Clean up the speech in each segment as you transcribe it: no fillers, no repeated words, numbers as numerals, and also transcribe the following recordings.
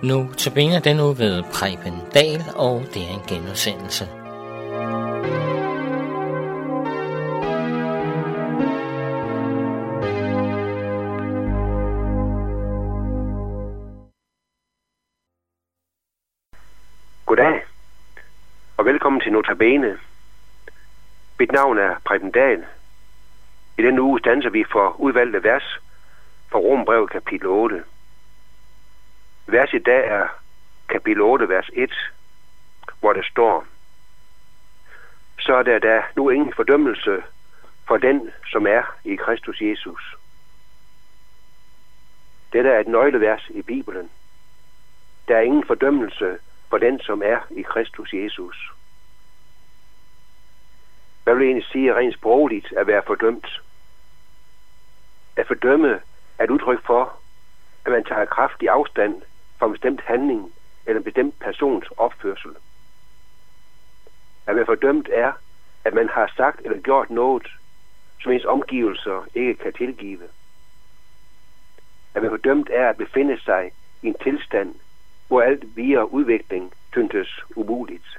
Nu tabiner den nu ved Preben Dahl, og det er en genudsendelse. Goddag, og velkommen til Notabene. Mit navn er Preben Dahl. I denne uge standser vi for udvalgte vers fra Romerbrevet kapitel 8. Vers i dag er kapitel 8, vers 1, hvor der står: Så er der da nu ingen fordømmelse for den, som er i Kristus Jesus. Dette er et nøglevers i Bibelen. Der er ingen fordømmelse for den, som er i Kristus Jesus. Hvad vil jeg egentlig sige rent sprogligt at være fordømt? At fordømme er et udtryk for, at man tager kraftig afstand fra en bestemt handling eller en bestemt persons opførsel. At være fordømt er, at man har sagt eller gjort noget, som ens omgivelser ikke kan tilgive. At være fordømt er at befinde sig i en tilstand, hvor alt videre udvikling syntes umuligt.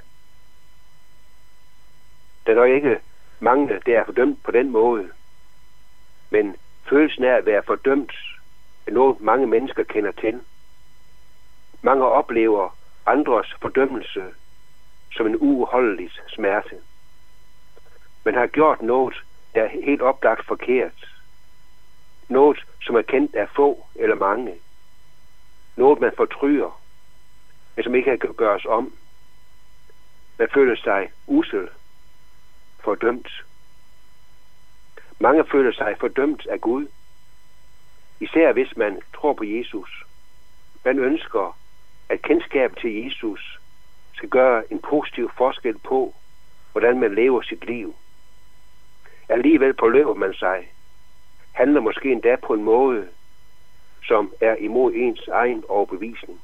Der er dog ikke mange, der er fordømt på den måde, men følelsen af at være fordømt er noget, mange mennesker kender til. Mange oplever andres fordømmelse som en uudholdelig smerte. Man har gjort noget, der er helt oplagt forkert. Noget, som er kendt af få eller mange. Noget, man fortryder, men som ikke kan gøres om. Man føler sig usel, fordømt. Mange føler sig fordømt af Gud, især hvis man tror på Jesus. Man ønsker, at kendskabet til Jesus skal gøre en positiv forskel på, hvordan man lever sit liv. Alligevel påløber man sig, handler måske endda på en måde, som er imod ens egen overbevisning.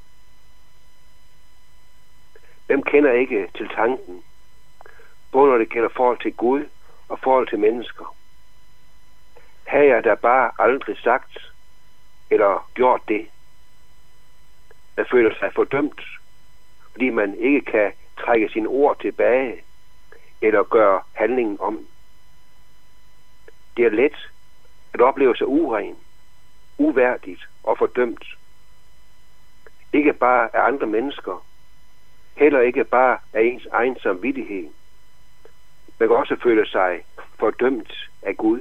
Hvem kender ikke til tanken, både når det gælder forhold til Gud og forhold til mennesker? Havde jeg da bare aldrig sagt eller gjort det? Man føler sig fordømt, fordi man ikke kan trække sine ord tilbage eller gøre handlingen om. Det er let at opleve sig uren, uværdigt og fordømt. Ikke bare af andre mennesker, heller ikke bare af ens egen samvittighed. Man kan også føle sig fordømt af Gud.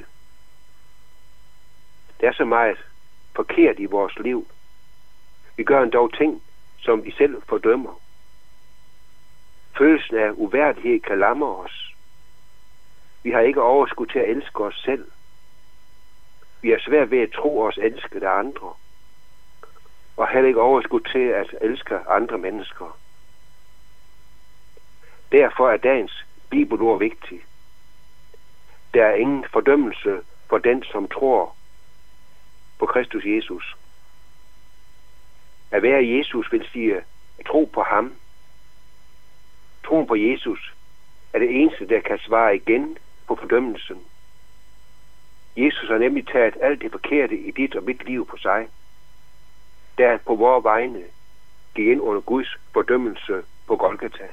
Der er så meget forkert i vores liv. Vi gør dog ting, som vi selv fordømmer. Følelsen af uværdighed kan lamme os. Vi har ikke overskud til at elske os selv. Vi er svært ved at tro os elske af andre. Og heller ikke overskud til at elske andre mennesker. Derfor er dagens bibelord vigtig. Der er ingen fordømmelse for den, som tror på Kristus Jesus. At være Jesus vil sige at tro på ham. Troen på Jesus er det eneste, der kan svare igen på fordømmelsen. Jesus har nemlig taget alt det forkerte i dit og mit liv på sig, da han på vores vegne gik ind under Guds fordømmelse på Golgata.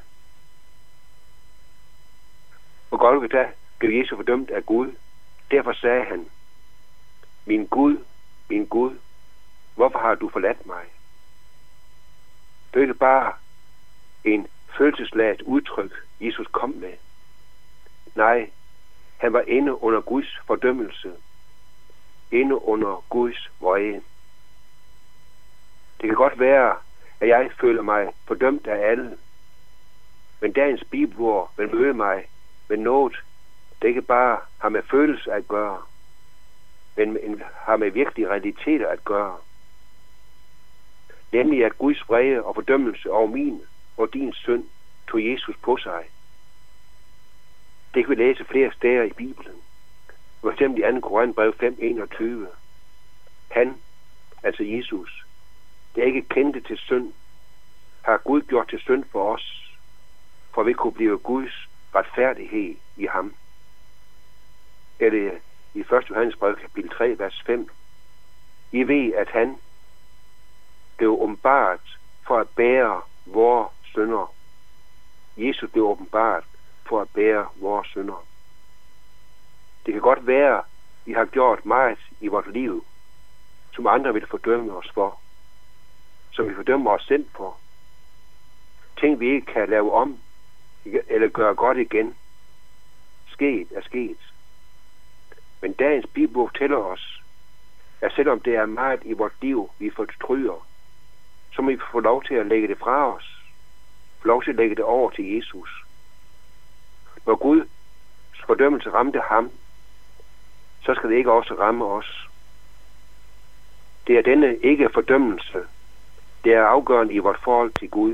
På Golgata blev Jesus fordømt af Gud. Derfor sagde han: min Gud, hvorfor har du forladt mig? Det er ikke bare en følelsesladet udtryk, Jesus kom med. Nej, han var inde under Guds fordømmelse. Inde under Guds vrede. Det kan godt være, at jeg føler mig fordømt af alle. Men dagens bibelord vil møde mig med noget, det ikke bare har med følelse at gøre, men har med virkelige realiteter at gøre. Nemlig at Guds vrede og fordømmelse over min og din synd tog Jesus på sig. Det kan vi læse flere steder i Bibelen. For eksempel i 2. Korintherbrev 5:21. Han, altså Jesus, der ikke kendte til synd, har Gud gjort til synd for os, for vi kunne blive Guds retfærdighed i ham. Eller i 1. Johannesbrev kapitel 3, vers 5. I ved, at han blev åbenbaret for at bære vores synder. Jesus blev åbenbart for at bære vores synder. Det kan godt være, at vi har gjort meget i vores liv, som andre vil fordømme os for. Som vi fordømmer os selv for. Ting, vi ikke kan lave om, eller gøre godt igen. Sket er sket. Men dagens bibelbog fortæller os, at selvom det er meget i vores liv, vi fortryder, så må vi få lov til at lægge det fra os. Få lov til at lægge det over til Jesus. Når Guds fordømmelse ramte ham, så skal det ikke også ramme os. Det er denne ikke fordømmelse, det er afgørende i vores forhold til Gud.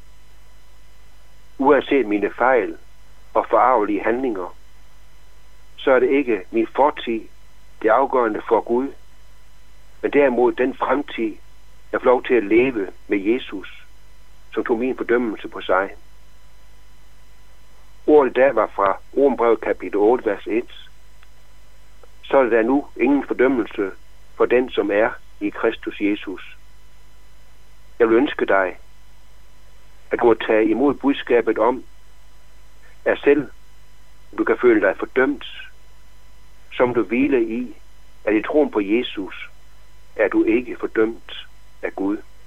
Uanset mine fejl og forarvelige handlinger, så er det ikke min fortid, det er afgørende for Gud, men derimod den fremtid, jeg får lov til at leve med Jesus, som tog min fordømmelse på sig. Ordet der var fra Romerbrevet kapitel 8, vers 1. Så er der nu ingen fordømmelse for den, som er i Kristus Jesus. Jeg vil ønske dig, at du må tage imod budskabet om, at selv du kan føle dig fordømt, som du hviler i, at i troen på Jesus, er du ikke fordømt af Gud.